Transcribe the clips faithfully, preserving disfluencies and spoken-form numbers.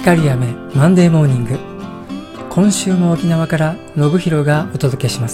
光雨マンデーモーニング。今週も沖縄から信弘がお届けします。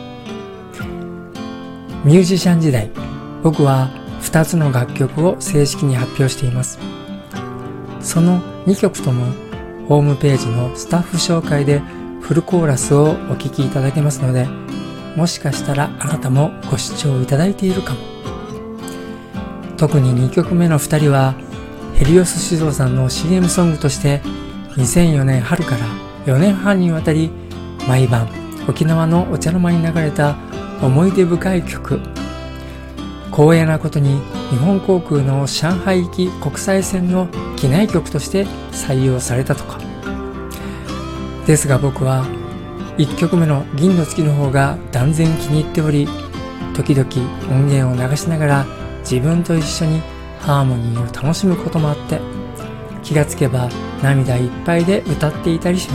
ミュージシャン時代、僕はふたつの楽曲を正式に発表しています。そのにきょくともホームページのスタッフ紹介でフルコーラスをお聴きいただけますので、もしかしたらあなたもご視聴いただいているかも。特ににきょくめのふたりはヘリオス酒造さんの シーエム ソングとしてにせんよねん春からよねんはんにわたり毎晩沖縄のお茶の間に流れた思い出深い曲。光栄なことに日本航空の上海行き国際線の機内曲として採用されたとか。ですが僕はいっきょくめの銀の月の方が断然気に入っており、時々音源を流しながら自分と一緒にハーモニーを楽しむこともあって、気がつけば涙いっぱいで歌っていたりします。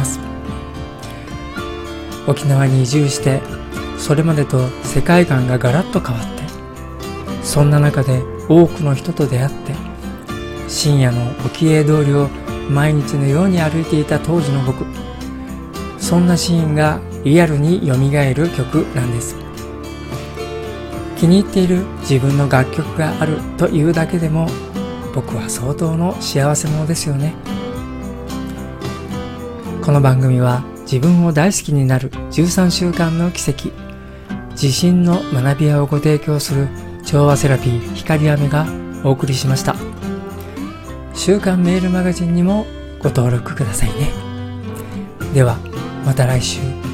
沖縄に移住して、それまでと世界観がガラッと変わって、そんな中で多くの人と出会って、深夜の沖永通りを毎日のように歩いていた当時の僕、そんなシーンがリアルに蘇る曲なんです。気に入っている自分の楽曲があるというだけでも僕は相当の幸せ者ですよね。この番組は自分を大好きになるじゅうさんしゅうかんの奇跡、自信の学び屋をご提供する調和セラピー光雨がお送りしました。週刊メールマガジンにもご登録くださいね。ではまた来週。